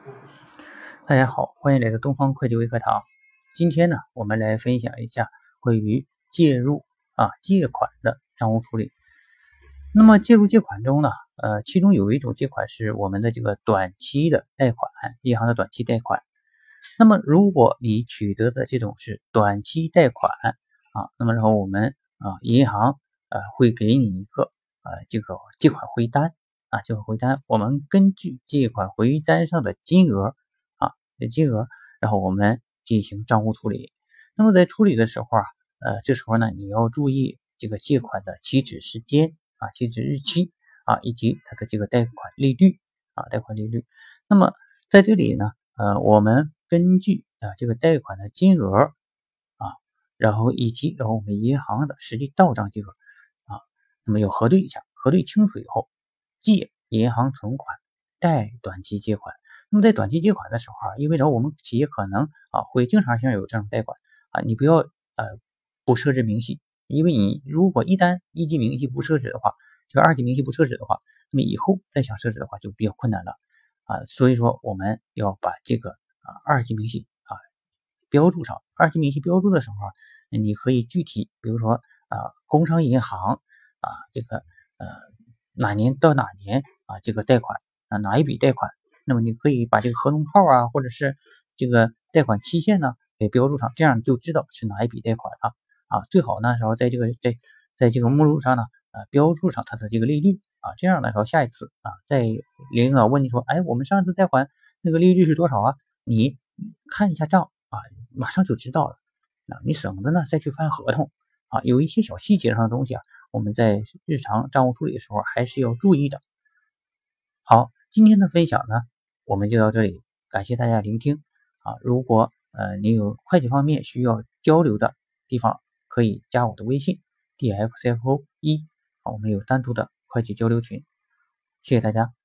大家好，欢迎来到东方会计微课堂。今天呢，我们来分享一下关于借入借款的账务处理。那么借入借款中呢，其中有一种借款是我们的这个短期的贷款，银行的短期贷款。那么如果你取得的这种是短期贷款那么然后我们银行会给你一个这个借款回单借款回单，我们根据借款回单上的金额然后我们进行账户处理。那么在处理的时候这时候呢，你要注意这个借款的起止时间起止日期以及它的这个贷款利率贷款利率。那么在这里呢，我们根据这个贷款的金额然后我们银行的实际到账金额那么要核对一下，核对清楚以后，借银行存款，贷短期借款。那么在短期借款的时候意味着我们企业可能会经常性有这种贷款你不要不设置明细，因为你如果一旦一级明细不设置的话，这个二级明细不设置的话，那么以后再想设置的话就比较困难了所以说我们要把这个二级明细标注上。二级明细标注的时候你可以具体比如说工商银行这个哪年到哪年这个贷款哪一笔贷款，那么你可以把这个合同号或者是这个贷款期限呢给标注上，这样就知道是哪一笔贷款了最好呢，然后在这个目录上呢标注上它的这个利率这样呢，然后下一次在领导问你说，哎，我们上次贷款那个利率是多少你看一下账马上就知道了你省得呢再去翻合同有一些小细节上的东西我们在日常账务处理的时候还是要注意的。好，今天的分享呢，我们就到这里，感谢大家聆听如果你有会计方面需要交流的地方，可以加我的微信 DFCFO1我们有单独的会计交流群，谢谢大家。